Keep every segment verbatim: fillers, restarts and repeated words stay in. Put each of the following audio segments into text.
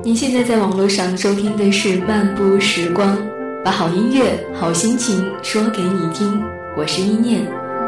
您现在在网络上收听的是漫步时光，把好音乐、好心情说给你听，我是一念。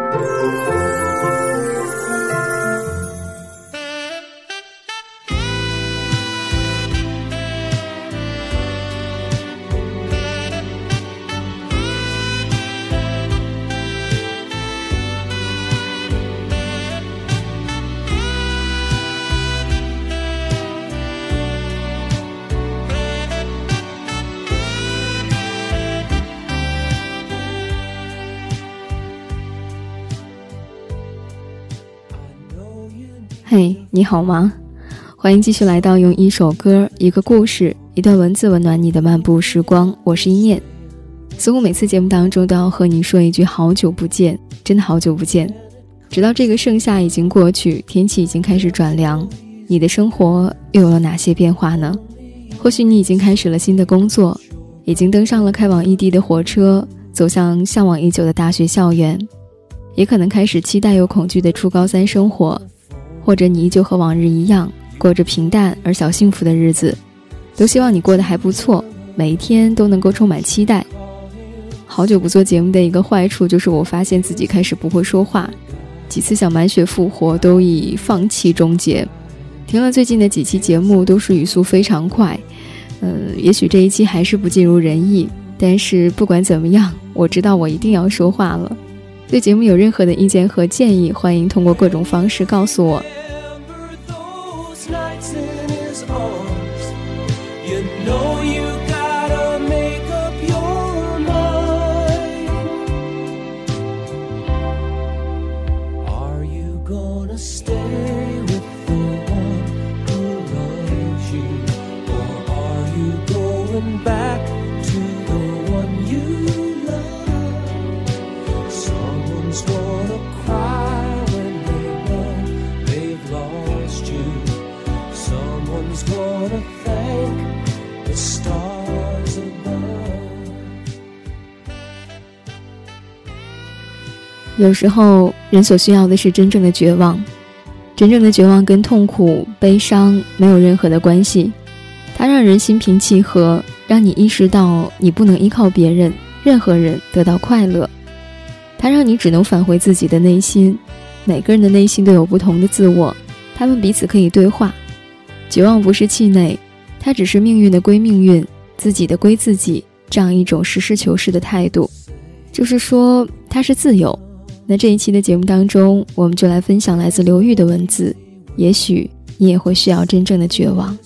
嘿、hey, 你好吗？欢迎继续来到用一首歌、一个故事、一段文字温暖你的漫步时光，我是一念。似乎每次节目当中都要和你说一句好久不见，真的好久不见。直到这个盛夏已经过去，天气已经开始转凉，你的生活又有了哪些变化呢？或许你已经开始了新的工作，已经登上了开往异地的火车，走向向往已久的大学校园，也可能开始期待又恐惧的初高三生活，或者你依旧和往日一样过着平淡而小幸福的日子，都希望你过得还不错，每一天都能够充满期待。好久不做节目的一个坏处就是我发现自己开始不会说话，几次想满血复活都以放弃终结。听了最近的几期节目都是语速非常快，嗯，也许这一期还是不尽如人意，但是不管怎么样，我知道我一定要说话了。对节目有任何的意见和建议，欢迎通过各种方式告诉我。有时候人所需要的是真正的绝望，真正的绝望跟痛苦、悲伤没有任何的关系，它让人心平气和，让你意识到你不能依靠别人、任何人得到快乐，它让你只能返回自己的内心。每个人的内心都有不同的自我，他们彼此可以对话。绝望不是气馁，它只是命运的归命运，自己的归自己，这样一种实事求是的态度，就是说它是自由。那这一期的节目当中，我们就来分享来自刘玉的文字，也许你也会需要真正的绝望。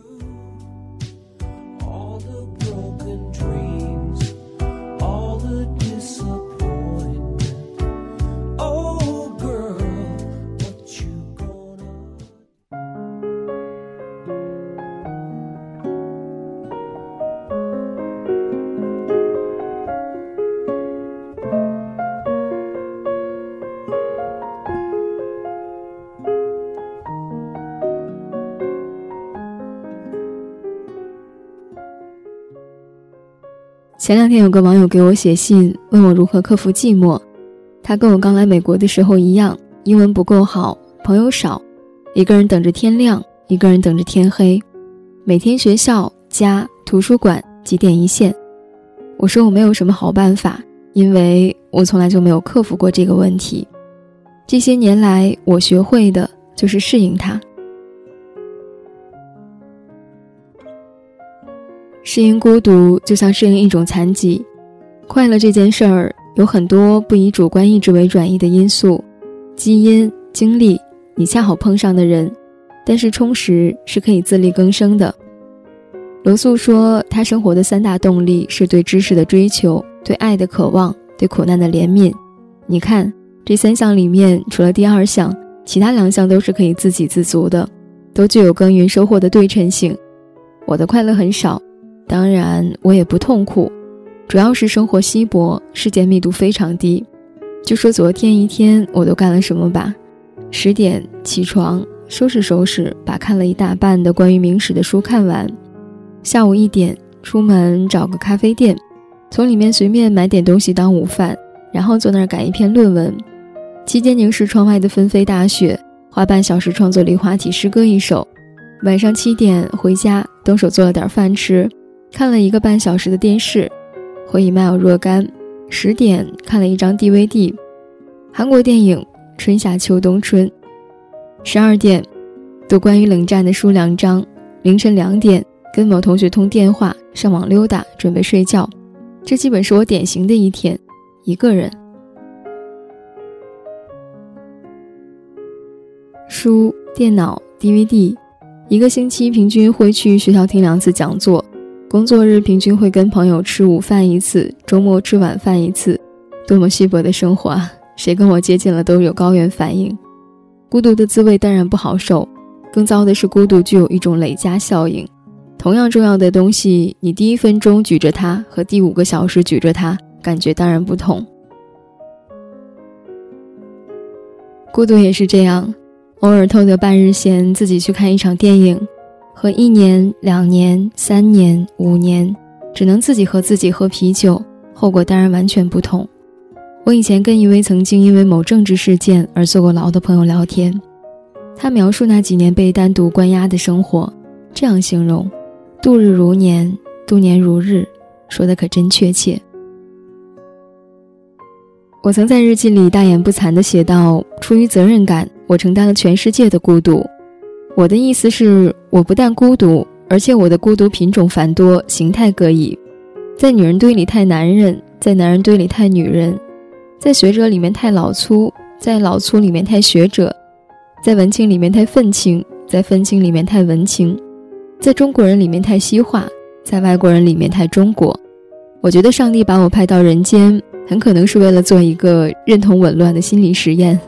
前两天有个网友给我写信，问我如何克服寂寞。他跟我刚来美国的时候一样，英文不够好，朋友少，一个人等着天亮，一个人等着天黑，每天学校、家、图书馆几点一线。我说我没有什么好办法，因为我从来就没有克服过这个问题。这些年来我学会的就是适应它。适应孤独就像适应一种残疾，快乐这件事儿有很多不以主观意志为转移的因素，基因、经历，你恰好碰上的人，但是充实是可以自力更生的。罗素说他生活的三大动力是对知识的追求、对爱的渴望、对苦难的怜悯。你看这三项里面，除了第二项，其他两项都是可以自给自足的，都具有耕耘收获的对称性。我的快乐很少，当然我也不痛苦，主要是生活稀薄，事件密度非常低。就说昨天一天我都干了什么吧。十点起床，收拾收拾，把看了一大半的关于明史的书看完。下午一点出门找个咖啡店，从里面随便买点东西当午饭，然后坐那儿改一篇论文。期间凝视窗外的纷飞大雪，花半小时创作梨花体诗歌一首。 晚上七点回家，动手做了点饭吃，看了一个半小时的电视，回一麦若干。十点看了一张 D V D， 韩国电影春夏秋冬春。十二点读关于冷战的书两章，凌晨两点跟某同学通电话，上网溜达，准备睡觉。这基本是我典型的一天，一个人。书、电脑、D V D， 一个星期平均会去学校听两次讲座，工作日平均会跟朋友吃午饭一次，周末吃晚饭一次。多么稀薄的生活啊！谁跟我接近了都有高原反应。孤独的滋味当然不好受，更糟的是孤独具有一种累加效应。同样重要的东西，你第一分钟举着它和第五个小时举着它，感觉当然不同。孤独也是这样，偶尔偷得半日闲，自己去看一场电影，和一年、两年、三年、五年，只能自己和自己喝啤酒，后果当然完全不同。我以前跟一位曾经因为某政治事件而坐过牢的朋友聊天，他描述那几年被单独关押的生活，这样形容：度日如年，度年如日，说的可真确切。我曾在日记里大言不惭地写道，出于责任感，我承担了全世界的孤独。我的意思是，我不但孤独，而且我的孤独品种繁多，形态各异。在女人堆里太男人，在男人堆里太女人，在学者里面太老粗，在老粗里面太学者，在文青里面太愤青，在愤青里面太文青，在中国人里面太西化，在外国人里面太中国。我觉得上帝把我派到人间，很可能是为了做一个认同紊乱的心理实验。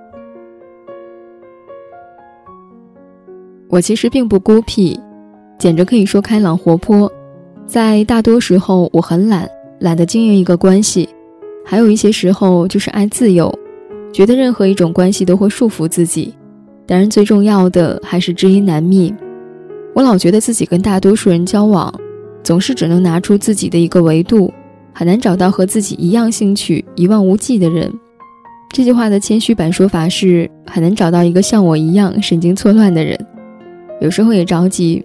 我其实并不孤僻，简直可以说开朗活泼。在大多时候我很懒，懒得经营一个关系，还有一些时候就是爱自由，觉得任何一种关系都会束缚自己。当然最重要的还是知音难觅。我老觉得自己跟大多数人交往，总是只能拿出自己的一个维度，很难找到和自己一样兴趣、一望无际的人。这句话的谦虚版说法是，很难找到一个像我一样神经错乱的人。有时候也着急。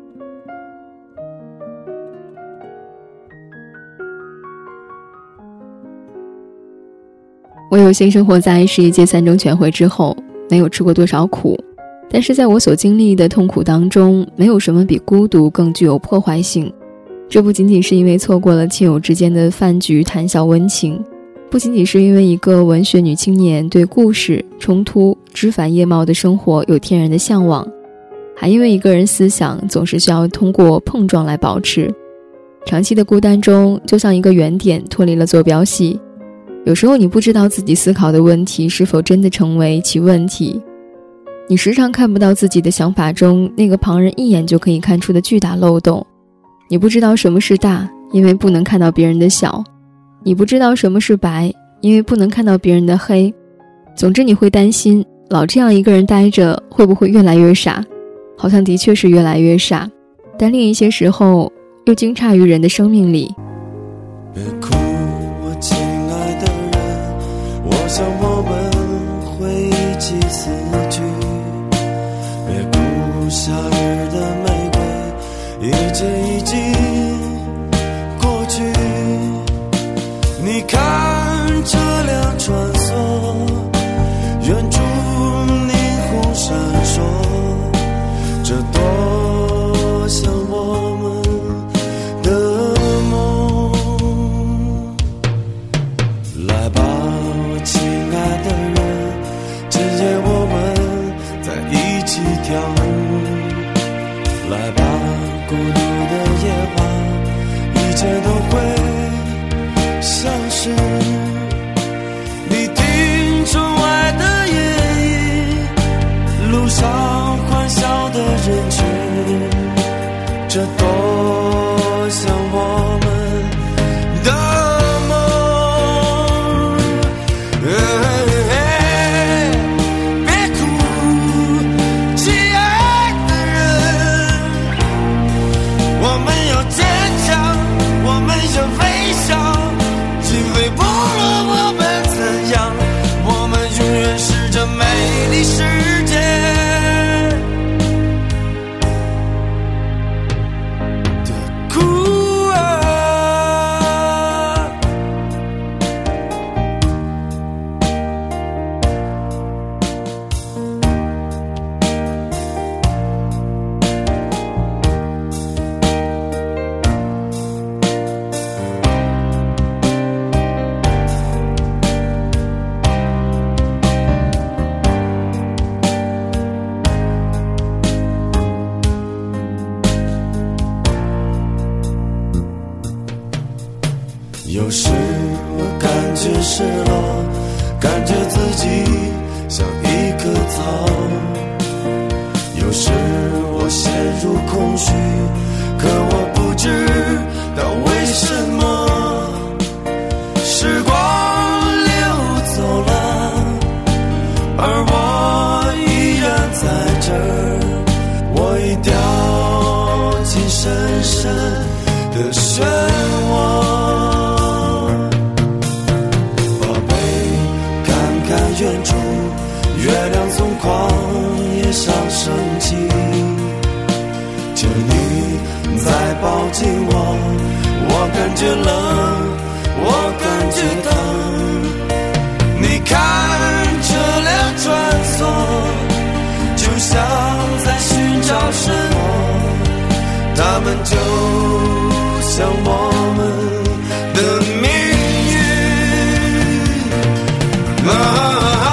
我有幸生活在十一届三中全会之后，没有吃过多少苦，但是在我所经历的痛苦当中，没有什么比孤独更具有破坏性。这不仅仅是因为错过了亲友之间的饭局谈笑温情，不仅仅是因为一个文学女青年对故事、冲突、枝繁叶茂的生活有天然的向往，还因为一个人思想总是需要通过碰撞来保持。长期的孤单中，就像一个圆点脱离了坐标系，有时候你不知道自己思考的问题是否真的成为其问题，你时常看不到自己的想法中那个旁人一眼就可以看出的巨大漏洞。你不知道什么是大，因为不能看到别人的小；你不知道什么是白，因为不能看到别人的黑。总之你会担心，老这样一个人待着，会不会越来越傻？好像的确是越来越傻，但另一些时候又惊诧于人的生命里。 别哭，我亲爱的人，我想我们会一起死去。别哭，夏日的玫瑰一切已经过去。你看车辆穿梭，远处霓虹闪烁，这多像我们的梦。来吧，我亲爱的人，今夜我们在一起跳舞。来吧，孤独的夜晚，一切都会消失。你听窗外的夜莺，路上欢笑的人群，这多像我们的梦。别哭，亲爱的人，我们要坚强，我们要微笑，因为不论我们怎样，我们永远是这美丽世界有时我感觉失落，感觉自己像一棵草，有时我陷入空虚，可我不知道为什么时光流走了，而我依然在这儿，我已掉进深深的漩涡。宝贝，看看远处，月亮从旷野上升起，求你再抱紧我，我感觉冷，我感觉疼。你看车辆穿梭，就像在寻找什么，他们就像我们的命运。啊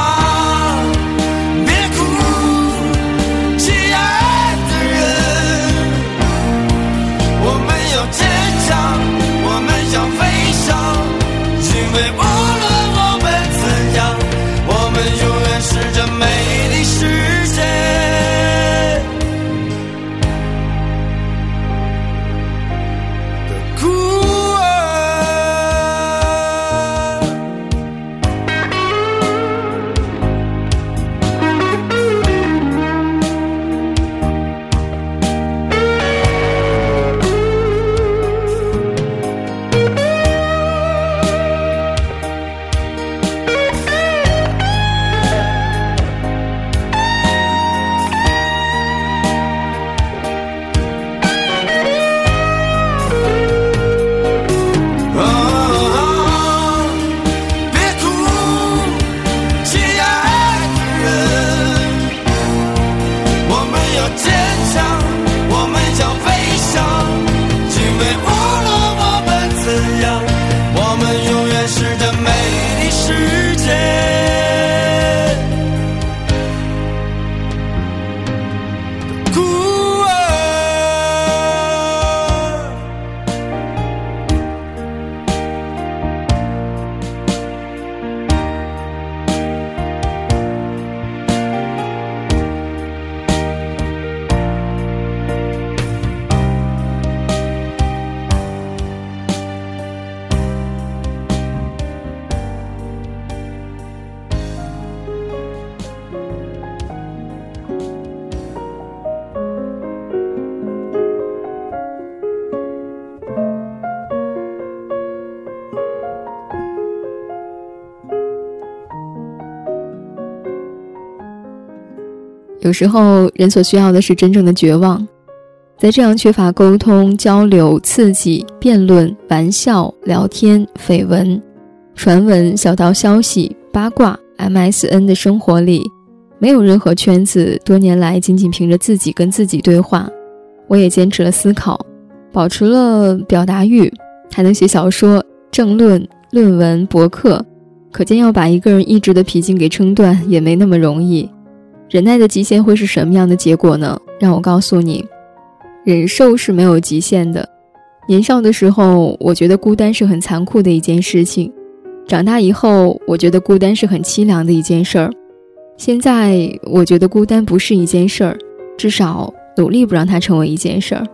有时候人所需要的是真正的绝望，在这样缺乏沟通、交流、刺激、辩论、玩笑、聊天、绯闻、传闻、小道消息、八卦、M S N 的生活里，没有任何圈子多年来仅仅凭着自己跟自己对话。我也坚持了思考，保持了表达欲，还能写小说、政论、论文、博客，可见要把一个人意志的脾劲给撑断也没那么容易。忍耐的极限会是什么样的结果呢？让我告诉你，忍受是没有极限的。年少的时候，我觉得孤单是很残酷的一件事情，长大以后，我觉得孤单是很凄凉的一件事儿。现在我觉得孤单不是一件事儿，至少努力不让它成为一件事儿。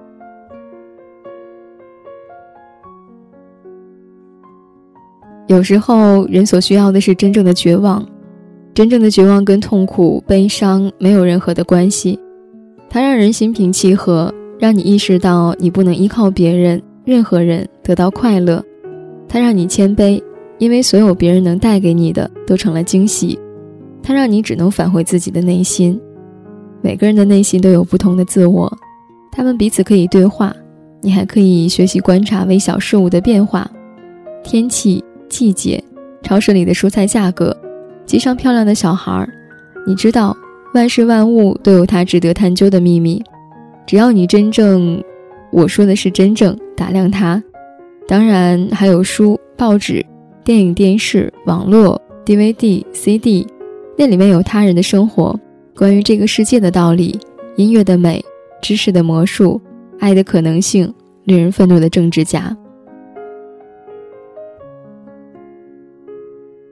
有时候人所需要的是真正的绝望，真正的绝望跟痛苦、悲伤没有任何的关系，它让人心平气和，让你意识到你不能依靠别人、任何人得到快乐。它让你谦卑，因为所有别人能带给你的都成了惊喜。它让你只能返回自己的内心。每个人的内心都有不同的自我，他们彼此可以对话，你还可以学习观察微小事物的变化，天气、季节、超市里的蔬菜价格，街上漂亮的小孩，你知道万事万物都有它值得探究的秘密。只要你真正，我说的是真正打量它。当然还有书、报纸、电影、电视、网络、D V D、C D， 那里面有他人的生活，关于这个世界的道理，音乐的美，知识的魔术，爱的可能性，令人愤怒的政治家。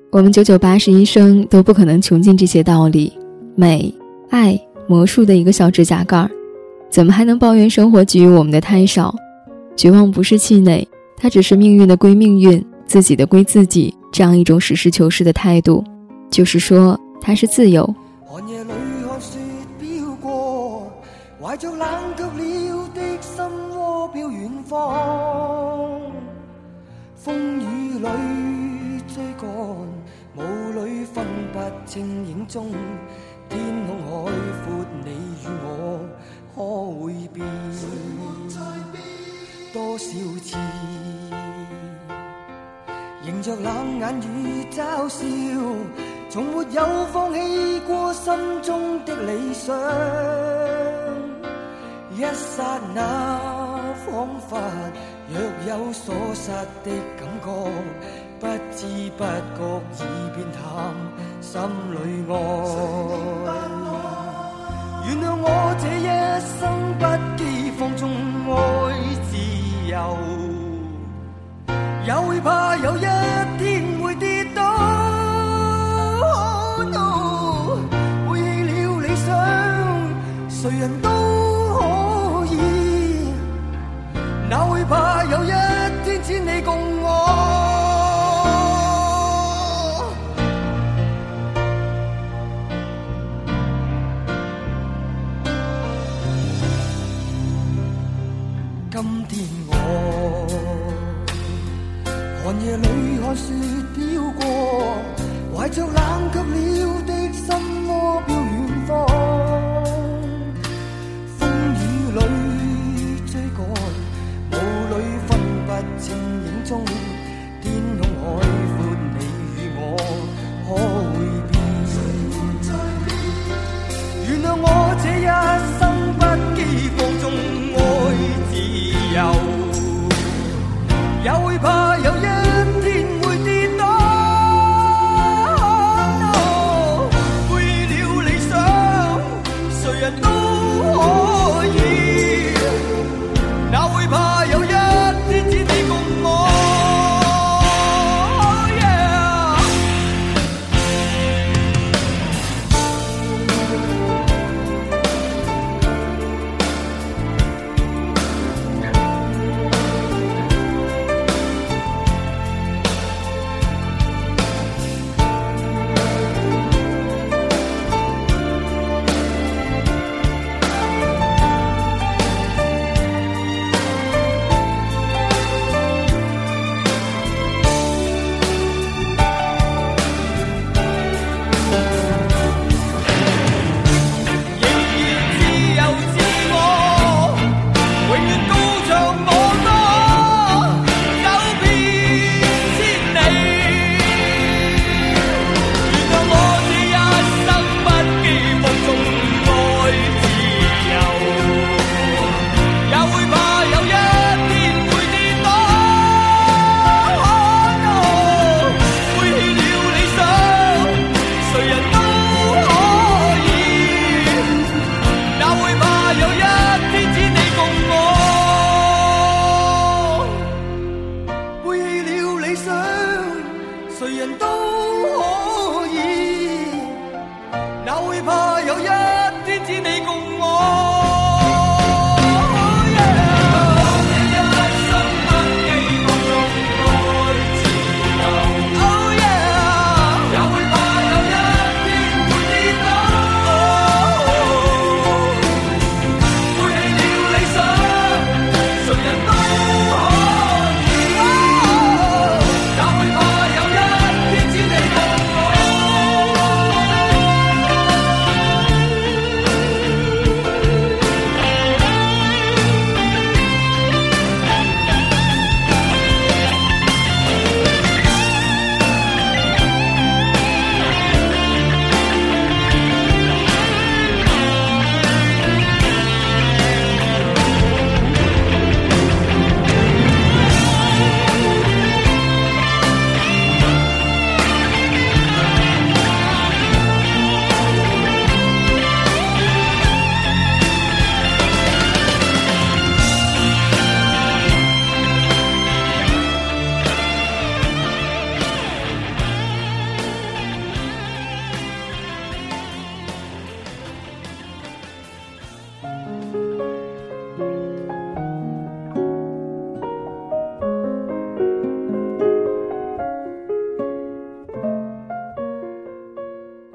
我们九九八十一生都不可能穷尽这些道理，美、爱、魔术的一个小指甲盖，怎么还能抱怨生活给予我们的太少？绝望不是气馁，它只是命运的归命运，自己的归自己，这样一种实事求是的态度，就是说它是自由。 寒夜里看雪飘过，怀着冷却了的心窝飘远方，风雨里追赶，雾里分不清影踪，天空海阔，你与我可会变多少次，迎着冷眼與嘲笑，從沒有放棄過心中的理想，一剎那彷彿若有所失的感覺，不知不覺已變淡心裏愛，原諒我這一生不羈放縱愛自由，也會怕有一天會跌倒，哦 no， 背棄了理想誰人都可以，哪會怕有一天只你共我，今天我寒夜里看雪飄過，懷着冷卻了的心窩飄遠方，風雨裏追趕，霧裏分不清影蹤，天空海闊，你與我可會變，原諒我這一生不羈放縱愛自由，也會怕有一天會跌倒，哦 no， 背了理想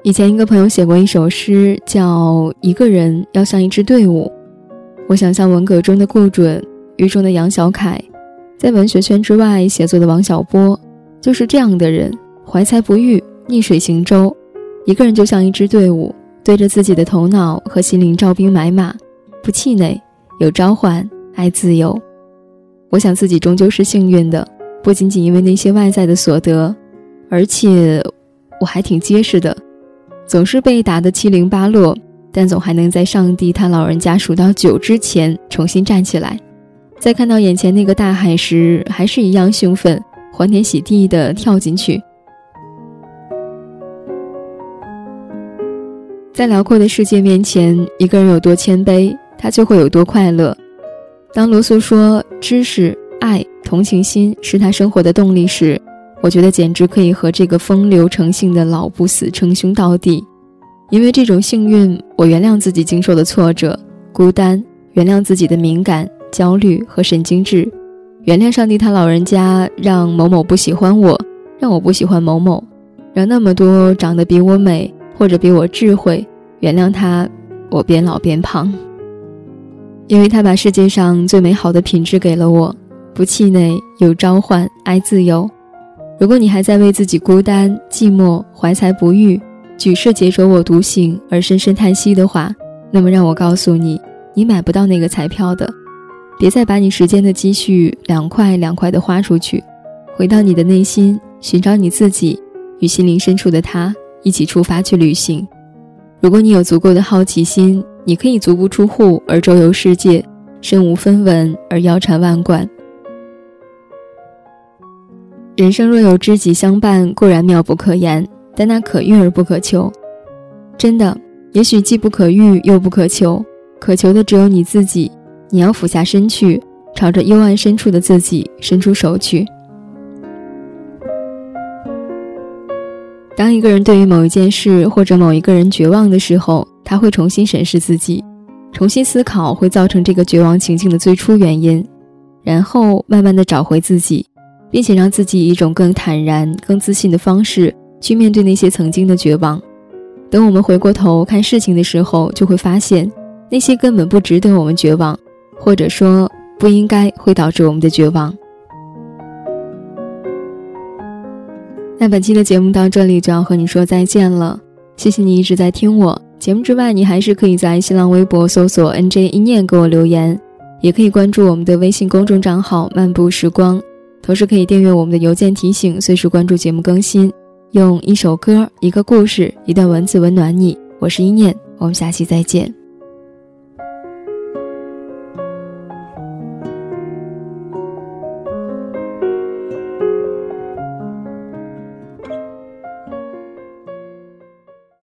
以前一个朋友写过一首诗，叫一个人要像一支队伍。我想像文革中的顾准，狱中的杨小凯，在文学圈之外写作的王小波，就是这样的人，怀才不遇，逆水行舟，一个人就像一支队伍，对着自己的头脑和心灵招兵买马，不气馁，有召唤，爱自由。我想自己终究是幸运的，不仅仅因为那些外在的所得，而且我还挺结实的，总是被打得七零八落，但总还能在上帝他老人家数到九之前重新站起来，在看到眼前那个大海时，还是一样兴奋，欢天喜地地跳进去。在辽阔的世界面前，一个人有多谦卑，他就会有多快乐。当罗素说知识、爱、同情心是他生活的动力时，我觉得简直可以和这个风流成性的老不死称兄道弟。因为这种幸运，我原谅自己经受的挫折、孤单，原谅自己的敏感、焦虑和神经质，原谅上帝他老人家让某某不喜欢我，让我不喜欢某某，让那么多长得比我美或者比我智慧，原谅他我边老边胖。因为他把世界上最美好的品质给了我，不气馁，有召唤，爱自由。如果你还在为自己孤单、寂寞、怀才不遇、举世皆浊我独醒而深深叹息的话，那么让我告诉你，你买不到那个彩票的。别再把你时间的积蓄两块两块的花出去，回到你的内心，寻找你自己，与心灵深处的他一起出发去旅行。如果你有足够的好奇心，你可以足不出户而周游世界，身无分文而腰缠万贯。人生若有知己相伴，固然妙不可言，但那可遇而不可求。真的，也许既不可遇又不可求，可求的只有你自己。你要俯下身去，朝着幽暗深处的自己伸出手去。当一个人对于某一件事或者某一个人绝望的时候，他会重新审视自己，重新思考会造成这个绝望情境的最初原因，然后慢慢地找回自己，并且让自己以一种更坦然、更自信的方式去面对那些曾经的绝望。等我们回过头看事情的时候，就会发现那些根本不值得我们绝望，或者说不应该会导致我们的绝望。那本期的节目到这里就要和你说再见了，谢谢你一直在听我。节目之外，你还是可以在新浪微博搜索 N J 一念给我留言，也可以关注我们的微信公众账号漫步时光，同时可以订阅我们的邮件提醒，随时关注节目更新。用一首歌、一个故事、一段文字温暖你。我是一念，我们下期再见。